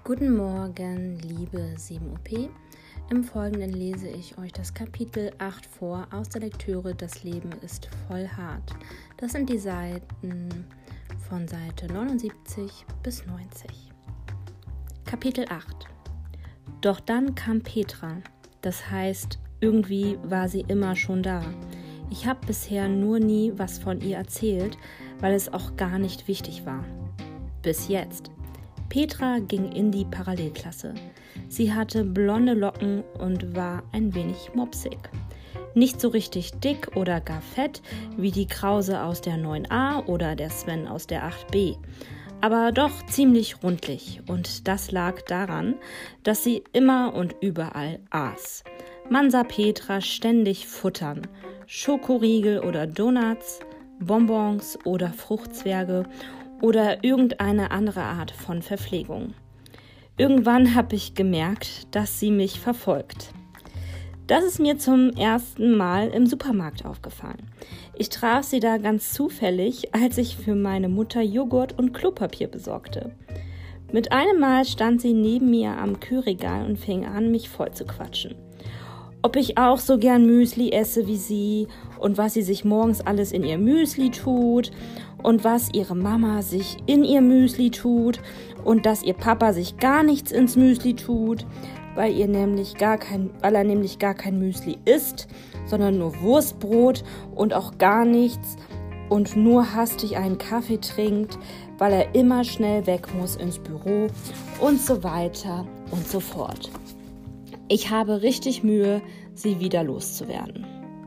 Guten Morgen, liebe 7OP. Im Folgenden lese ich euch das Kapitel 8 vor aus der Lektüre Das Leben ist voll hart. Das sind die Seiten von Seite 79 bis 90. Kapitel 8. Doch dann kam Petra. Das heißt, irgendwie war sie immer schon da. Ich habe bisher nur nie was von ihr erzählt, weil es auch gar nicht wichtig war. Bis jetzt. Petra ging in die Parallelklasse. Sie hatte blonde Locken und war ein wenig mopsig. Nicht so richtig dick oder gar fett wie die Krause aus der 9a oder der Sven aus der 8b, aber doch ziemlich rundlich, und das lag daran, dass sie immer und überall aß. Man sah Petra ständig futtern, Schokoriegel oder Donuts, Bonbons oder Fruchtzwerge oder irgendeine andere Art von Verpflegung. Irgendwann habe ich gemerkt, dass sie mich verfolgt. Das ist mir zum ersten Mal im Supermarkt aufgefallen. Ich traf sie da ganz zufällig, als ich für meine Mutter Joghurt und Klopapier besorgte. Mit einem Mal stand sie neben mir am Kühlregal und fing an, mich voll zu quatschen. Ob ich auch so gern Müsli esse wie sie und was sie sich morgens alles in ihr Müsli tut und was ihre Mama sich in ihr Müsli tut und dass ihr Papa sich gar nichts ins Müsli tut, weil er nämlich gar kein Müsli isst, sondern nur Wurstbrot und auch gar nichts und nur hastig einen Kaffee trinkt, weil er immer schnell weg muss ins Büro und so weiter und so fort. Ich habe richtig Mühe, sie wieder loszuwerden.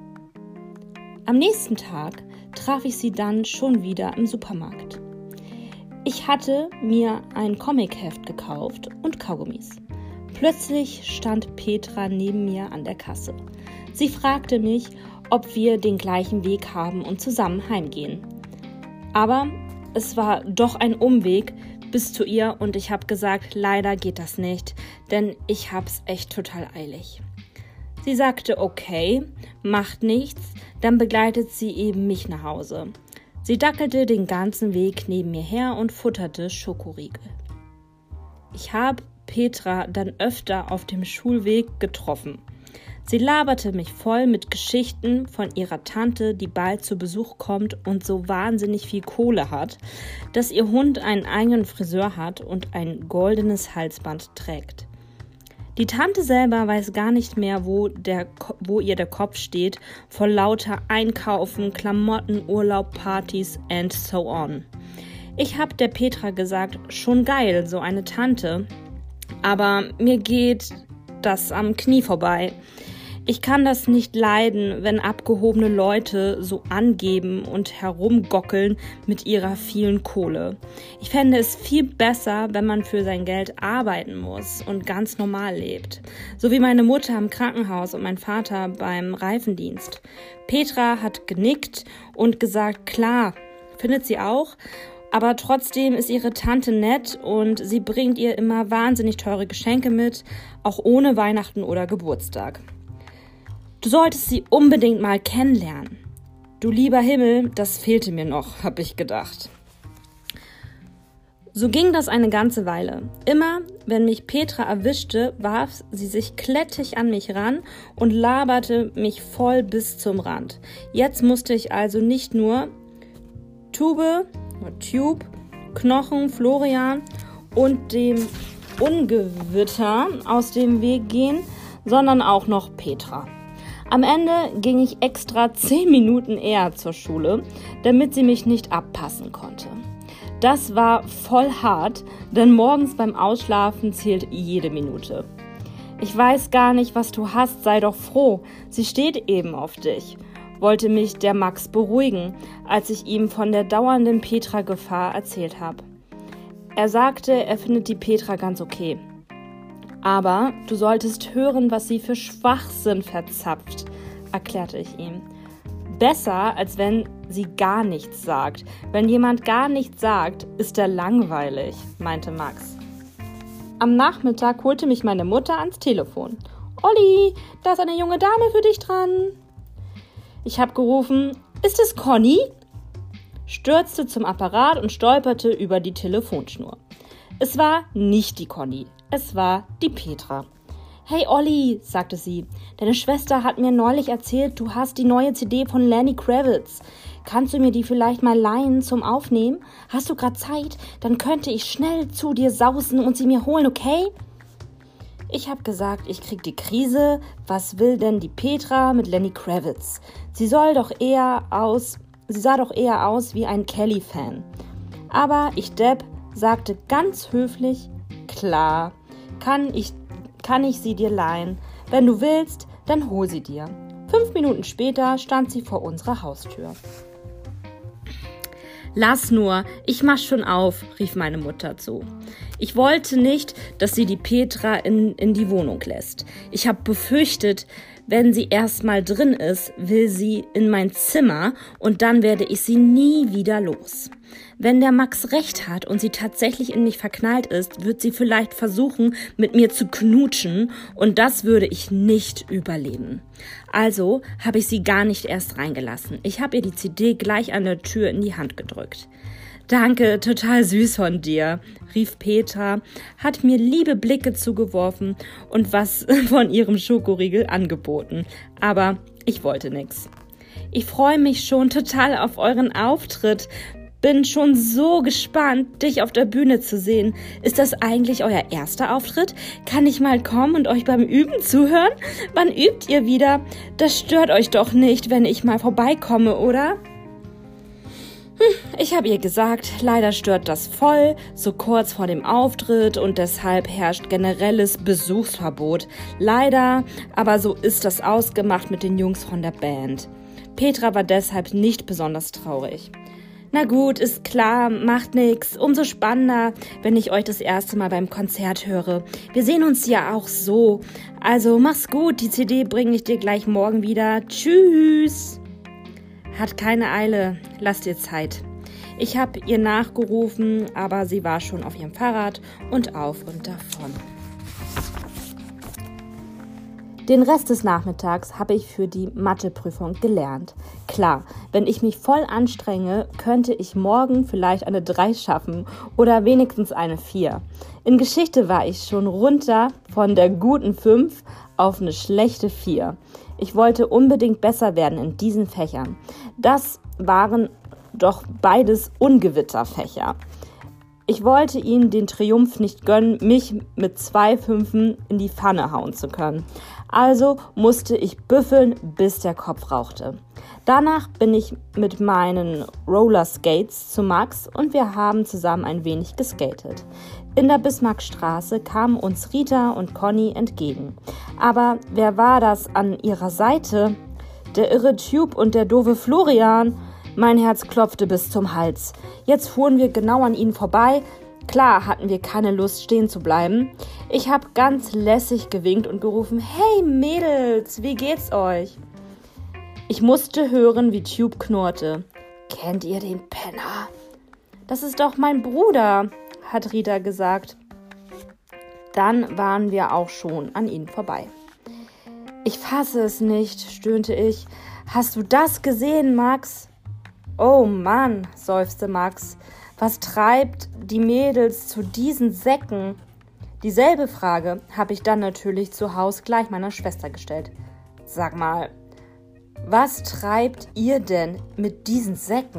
Am nächsten Tag traf ich sie dann schon wieder im Supermarkt. Ich hatte mir ein Comicheft gekauft und Kaugummis. Plötzlich stand Petra neben mir an der Kasse. Sie fragte mich, ob wir den gleichen Weg haben und zusammen heimgehen. Aber es war doch ein Umweg bis zu ihr und ich habe gesagt, leider geht das nicht, denn ich hab's echt total eilig. Sie sagte, okay, macht nichts, dann begleitet sie eben mich nach Hause. Sie dackelte den ganzen Weg neben mir her und futterte Schokoriegel. Ich habe Petra dann öfter auf dem Schulweg getroffen. Sie laberte mich voll mit Geschichten von ihrer Tante, die bald zu Besuch kommt und so wahnsinnig viel Kohle hat, dass ihr Hund einen eigenen Friseur hat und ein goldenes Halsband trägt. Die Tante selber weiß gar nicht mehr, wo ihr der Kopf steht, vor lauter Einkaufen, Klamotten, Urlaub, Partys and so on. Ich habe der Petra gesagt, schon geil, so eine Tante, aber mir geht das am Knie vorbei. Ich kann das nicht leiden, wenn abgehobene Leute so angeben und herumgockeln mit ihrer vielen Kohle. Ich fände es viel besser, wenn man für sein Geld arbeiten muss und ganz normal lebt. So wie meine Mutter im Krankenhaus und mein Vater beim Reifendienst. Petra hat genickt und gesagt, klar, findet sie auch. Aber trotzdem ist ihre Tante nett und sie bringt ihr immer wahnsinnig teure Geschenke mit, auch ohne Weihnachten oder Geburtstag. Du solltest sie unbedingt mal kennenlernen. Du lieber Himmel, das fehlte mir noch, habe ich gedacht. So ging das eine ganze Weile. Immer, wenn mich Petra erwischte, warf sie sich klettig an mich ran und laberte mich voll bis zum Rand. Jetzt musste ich also nicht nur Tube, Knochen, Florian und dem Ungewitter aus dem Weg gehen, sondern auch noch Petra. Am Ende ging ich extra 10 Minuten eher zur Schule, damit sie mich nicht abpassen konnte. Das war voll hart, denn morgens beim Ausschlafen zählt jede Minute. Ich weiß gar nicht, was du hast, sei doch froh, sie steht eben auf dich, wollte mich der Max beruhigen, als ich ihm von der dauernden Petra-Gefahr erzählt habe. Er sagte, er findet die Petra ganz okay. Aber du solltest hören, was sie für Schwachsinn verzapft, erklärte ich ihm. Besser, als wenn sie gar nichts sagt. Wenn jemand gar nichts sagt, ist er langweilig, meinte Max. Am Nachmittag holte mich meine Mutter ans Telefon. Olli, da ist eine junge Dame für dich dran. Ich habe gerufen, ist es Conny? Stürzte zum Apparat und stolperte über die Telefonschnur. Es war nicht die Conny, es war die Petra. »Hey Olli«, sagte sie, »deine Schwester hat mir neulich erzählt, du hast die neue CD von Lenny Kravitz. Kannst du mir die vielleicht mal leihen zum Aufnehmen? Hast du gerade Zeit? Dann könnte ich schnell zu dir sausen und sie mir holen, okay?« Ich habe gesagt, ich krieg die Krise. Was will denn die Petra mit Lenny Kravitz? Sie sah doch eher aus wie ein Kelly-Fan. Aber ich Depp sagte ganz höflich, »Klar, kann ich sie dir leihen. Wenn du willst, dann hol sie dir.« 5 Minuten später stand sie vor unserer Haustür. »Lass nur, ich mach schon auf«, rief meine Mutter zu. Ich wollte nicht, dass sie die Petra in die Wohnung lässt. Ich habe befürchtet, wenn sie erst mal drin ist, will sie in mein Zimmer und dann werde ich sie nie wieder los. Wenn der Max recht hat und sie tatsächlich in mich verknallt ist, wird sie vielleicht versuchen, mit mir zu knutschen und das würde ich nicht überleben. Also habe ich sie gar nicht erst reingelassen. Ich habe ihr die CD gleich an der Tür in die Hand gedrückt. »Danke, total süß von dir«, rief Petra, hat mir liebe Blicke zugeworfen und was von ihrem Schokoriegel angeboten. Aber ich wollte nix. »Ich freue mich schon total auf euren Auftritt. Bin schon so gespannt, dich auf der Bühne zu sehen. Ist das eigentlich euer erster Auftritt? Kann ich mal kommen und euch beim Üben zuhören? Wann übt ihr wieder? Das stört euch doch nicht, wenn ich mal vorbeikomme, oder?« Ich habe ihr gesagt, leider stört das voll, so kurz vor dem Auftritt und deshalb herrscht generelles Besuchsverbot. Leider, aber so ist das ausgemacht mit den Jungs von der Band. Petra war deshalb nicht besonders traurig. »Na gut, ist klar, macht nix. Umso spannender, wenn ich euch das erste Mal beim Konzert höre. Wir sehen uns ja auch so. Also mach's gut, die CD bringe ich dir gleich morgen wieder. Tschüss!« »Hat keine Eile, lass dir Zeit.« Ich habe ihr nachgerufen, aber sie war schon auf ihrem Fahrrad und auf und davon. Den Rest des Nachmittags habe ich für die Matheprüfung gelernt. Klar, wenn ich mich voll anstrenge, könnte ich morgen vielleicht eine 3 schaffen oder wenigstens eine 4. In Geschichte war ich schon runter von der guten 5 auf eine schlechte 4. Ich wollte unbedingt besser werden in diesen Fächern. Das waren doch beides Ungewitterfächer. Ich wollte ihnen den Triumph nicht gönnen, mich mit 2 Fünfen in die Pfanne hauen zu können. Also musste ich büffeln, bis der Kopf rauchte. Danach bin ich mit meinen Rollerskates zu Max und wir haben zusammen ein wenig geskatet. In der Bismarckstraße kamen uns Rita und Conny entgegen. Aber wer war das an ihrer Seite? Der irre Tube und der doofe Florian. Mein Herz klopfte bis zum Hals. Jetzt fuhren wir genau an ihnen vorbei. Klar hatten wir keine Lust, stehen zu bleiben. Ich habe ganz lässig gewinkt und gerufen, »Hey Mädels, wie geht's euch?« Ich musste hören, wie Tube knurrte. »Kennt ihr den Penner?« »Das ist doch mein Bruder«, hat Rita gesagt. Dann waren wir auch schon an ihnen vorbei. »Ich fasse es nicht«, stöhnte ich. »Hast du das gesehen, Max?« »Oh Mann«, seufzte Max. »Was treibt die Mädels zu diesen Säcken?« Dieselbe Frage habe ich dann natürlich zu Hause gleich meiner Schwester gestellt. »Sag mal, was treibt ihr denn mit diesen Säcken?«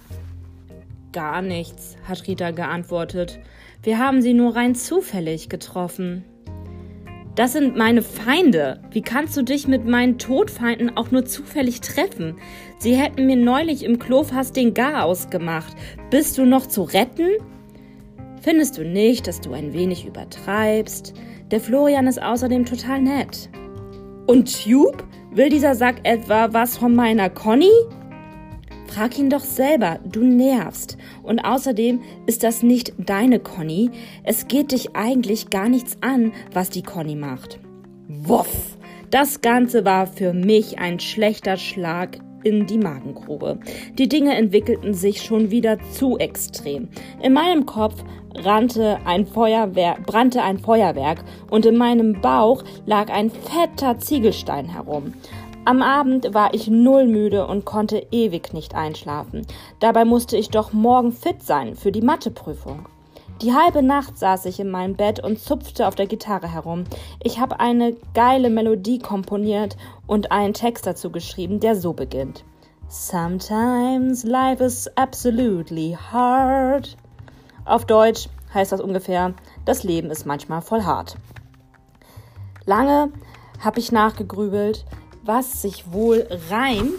»Gar nichts«, hat Rita geantwortet. »Wir haben sie nur rein zufällig getroffen.« »Das sind meine Feinde. Wie kannst du dich mit meinen Todfeinden auch nur zufällig treffen? Sie hätten mir neulich im Klo fast den Garaus gemacht. Bist du noch zu retten? Findest du nicht, dass du ein wenig übertreibst? Der Florian ist außerdem total nett.« »Und Tube? Will dieser Sack etwa was von meiner Conny?« »Frag ihn doch selber, du nervst. Und außerdem ist das nicht deine Conny. Es geht dich eigentlich gar nichts an, was die Conny macht.« Wuff! Das Ganze war für mich ein schlechter Schlag in die Magengrube. Die Dinge entwickelten sich schon wieder zu extrem. In meinem Kopf brannte ein Feuerwerk und in meinem Bauch lag ein fetter Ziegelstein herum. Am Abend war ich nullmüde und konnte ewig nicht einschlafen. Dabei musste ich doch morgen fit sein für die Matheprüfung. Die halbe Nacht saß ich in meinem Bett und zupfte auf der Gitarre herum. Ich habe eine geile Melodie komponiert und einen Text dazu geschrieben, der so beginnt. Sometimes life is absolutely hard. Auf Deutsch heißt das ungefähr, das Leben ist manchmal voll hart. Lange habe ich nachgegrübelt, was sich wohl reimt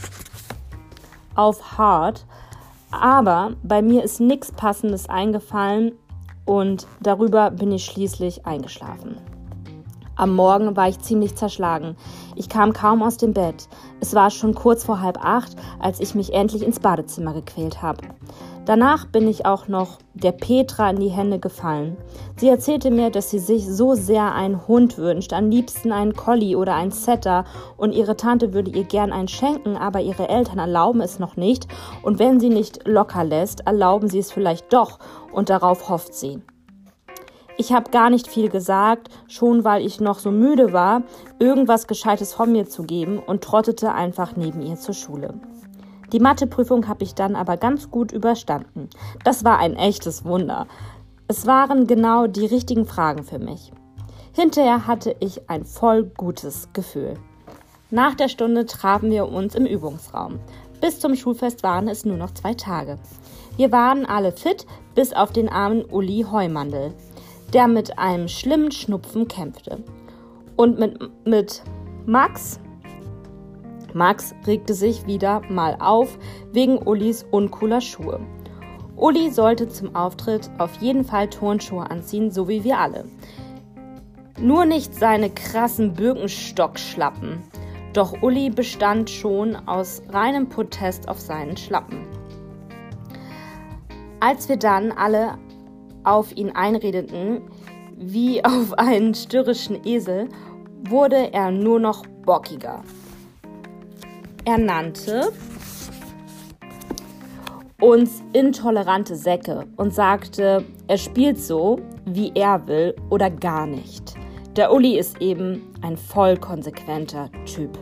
auf hart, aber bei mir ist nichts Passendes eingefallen und darüber bin ich schließlich eingeschlafen. Am Morgen war ich ziemlich zerschlagen. Ich kam kaum aus dem Bett. Es war schon kurz vor 7:30, als ich mich endlich ins Badezimmer gequält habe. Danach bin ich auch noch der Petra in die Hände gefallen. Sie erzählte mir, dass sie sich so sehr einen Hund wünscht, am liebsten einen Collie oder einen Setter, und ihre Tante würde ihr gern einen schenken, aber ihre Eltern erlauben es noch nicht, und wenn sie nicht locker lässt, erlauben sie es vielleicht doch, und darauf hofft sie. Ich habe gar nicht viel gesagt, schon weil ich noch so müde war, irgendwas Gescheites von mir zu geben, und trottete einfach neben ihr zur Schule. Die Matheprüfung habe ich dann aber ganz gut überstanden. Das war ein echtes Wunder. Es waren genau die richtigen Fragen für mich. Hinterher hatte ich ein voll gutes Gefühl. Nach der Stunde trafen wir uns im Übungsraum. Bis zum Schulfest waren es nur noch 2 Tage. Wir waren alle fit, bis auf den armen Uli Heumandl, der mit einem schlimmen Schnupfen kämpfte. Und mit Max regte sich wieder mal auf wegen Ulis uncooler Schuhe. Uli sollte zum Auftritt auf jeden Fall Turnschuhe anziehen, so wie wir alle. Nur nicht seine krassen Birkenstock-Schlappen. Doch Uli bestand schon aus reinem Protest auf seinen Schlappen. Als wir dann alle auf ihn einredeten, wie auf einen störrischen Esel, wurde er nur noch bockiger. Er nannte uns intolerante Säcke und sagte, er spielt so, wie er will oder gar nicht. Der Uli ist eben ein voll konsequenter Typ.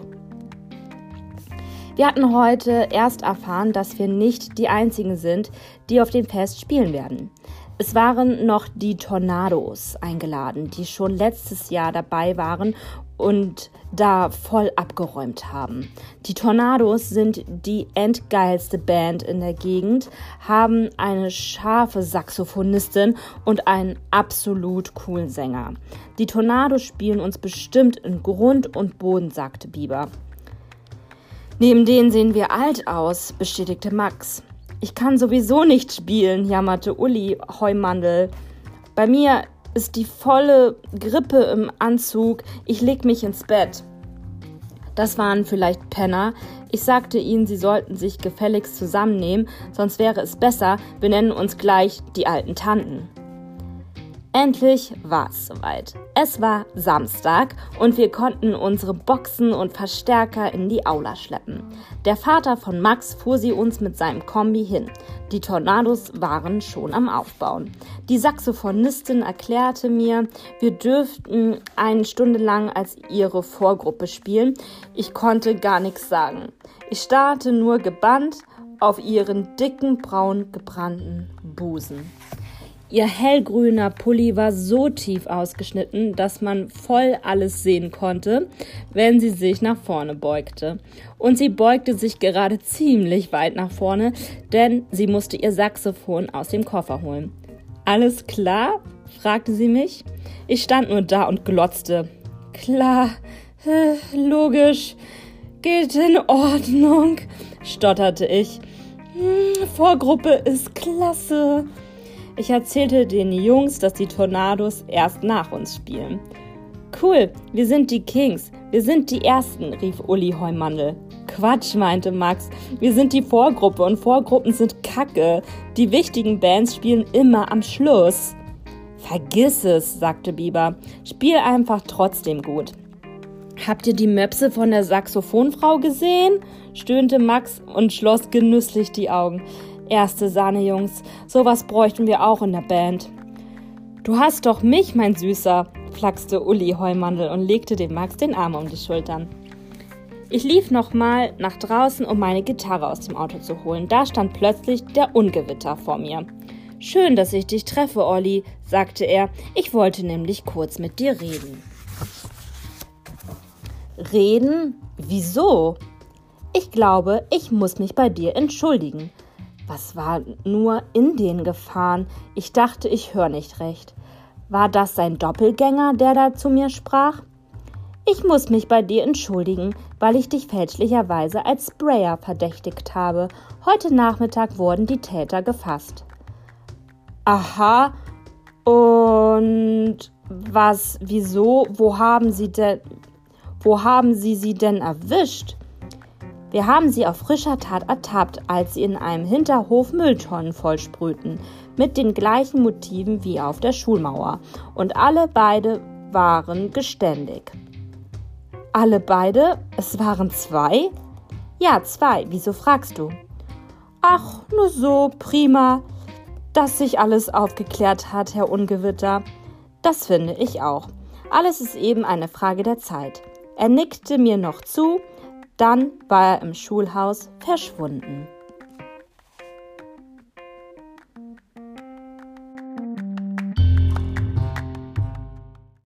Wir hatten heute erst erfahren, dass wir nicht die Einzigen sind, die auf dem Fest spielen werden. Es waren noch die Tornados eingeladen, die schon letztes Jahr dabei waren und da voll abgeräumt haben. Die Tornados sind die endgeilste Band in der Gegend, haben eine scharfe Saxophonistin und einen absolut coolen Sänger. Die Tornados spielen uns bestimmt in Grund und Boden, sagte Biber. Neben denen sehen wir alt aus, bestätigte Max. Ich kann sowieso nicht spielen, jammerte Uli Heumandl. Bei mir ist die volle Grippe im Anzug. Ich leg mich ins Bett. Das waren vielleicht Penner. Ich sagte ihnen, sie sollten sich gefälligst zusammennehmen, sonst wäre es besser, wir nennen uns gleich die alten Tanten. Endlich war es soweit. Es war Samstag und wir konnten unsere Boxen und Verstärker in die Aula schleppen. Der Vater von Max fuhr sie uns mit seinem Kombi hin. Die Tornados waren schon am Aufbauen. Die Saxophonistin erklärte mir, wir dürften 1 Stunde lang als ihre Vorgruppe spielen. Ich konnte gar nichts sagen. Ich starrte nur gebannt auf ihren dicken, braun gebrannten Busen. Ihr hellgrüner Pulli war so tief ausgeschnitten, dass man voll alles sehen konnte, wenn sie sich nach vorne beugte. Und sie beugte sich gerade ziemlich weit nach vorne, denn sie musste ihr Saxophon aus dem Koffer holen. »Alles klar?« fragte sie mich. Ich stand nur da und glotzte. »Klar, logisch, geht in Ordnung«, stotterte ich. »Vorgruppe ist klasse.« Ich erzählte den Jungs, dass die Tornados erst nach uns spielen. »Cool, wir sind die Kings, wir sind die Ersten«, rief Uli Heumandl. »Quatsch«, meinte Max, »wir sind die Vorgruppe und Vorgruppen sind Kacke. Die wichtigen Bands spielen immer am Schluss.« »Vergiss es«, sagte Biber, »spiel einfach trotzdem gut.« »Habt ihr die Möpse von der Saxophonfrau gesehen?«, stöhnte Max und schloss genüsslich die Augen. »Erste Sahne, Jungs, sowas bräuchten wir auch in der Band.« »Du hast doch mich, mein Süßer«, flachste Uli Heumandl und legte dem Max den Arm um die Schultern. Ich lief nochmal nach draußen, um meine Gitarre aus dem Auto zu holen. Da stand plötzlich der Ungewitter vor mir. »Schön, dass ich dich treffe, Olli«, sagte er. »Ich wollte nämlich kurz mit dir reden.« »Reden? Wieso?« »Ich glaube, ich muss mich bei dir entschuldigen.« Was war nur in den gefahren? Ich dachte, ich höre nicht recht. War das sein Doppelgänger, der da zu mir sprach? »Ich muss mich bei dir entschuldigen, weil ich dich fälschlicherweise als Sprayer verdächtigt habe. Heute Nachmittag wurden die Täter gefasst.« »Aha, und was, wieso, wo haben Sie sie denn erwischt?« »Wir haben sie auf frischer Tat ertappt, als sie in einem Hinterhof Mülltonnen vollsprühten, mit den gleichen Motiven wie auf der Schulmauer. Und alle beide waren geständig.« »Alle beide? Es waren 2? »Ja, 2. Wieso fragst du?« »Ach, nur so, prima, dass sich alles aufgeklärt hat, Herr Ungewitter.« »Das finde ich auch. Alles ist eben eine Frage der Zeit.« Er nickte mir noch zu, dann war er im Schulhaus verschwunden.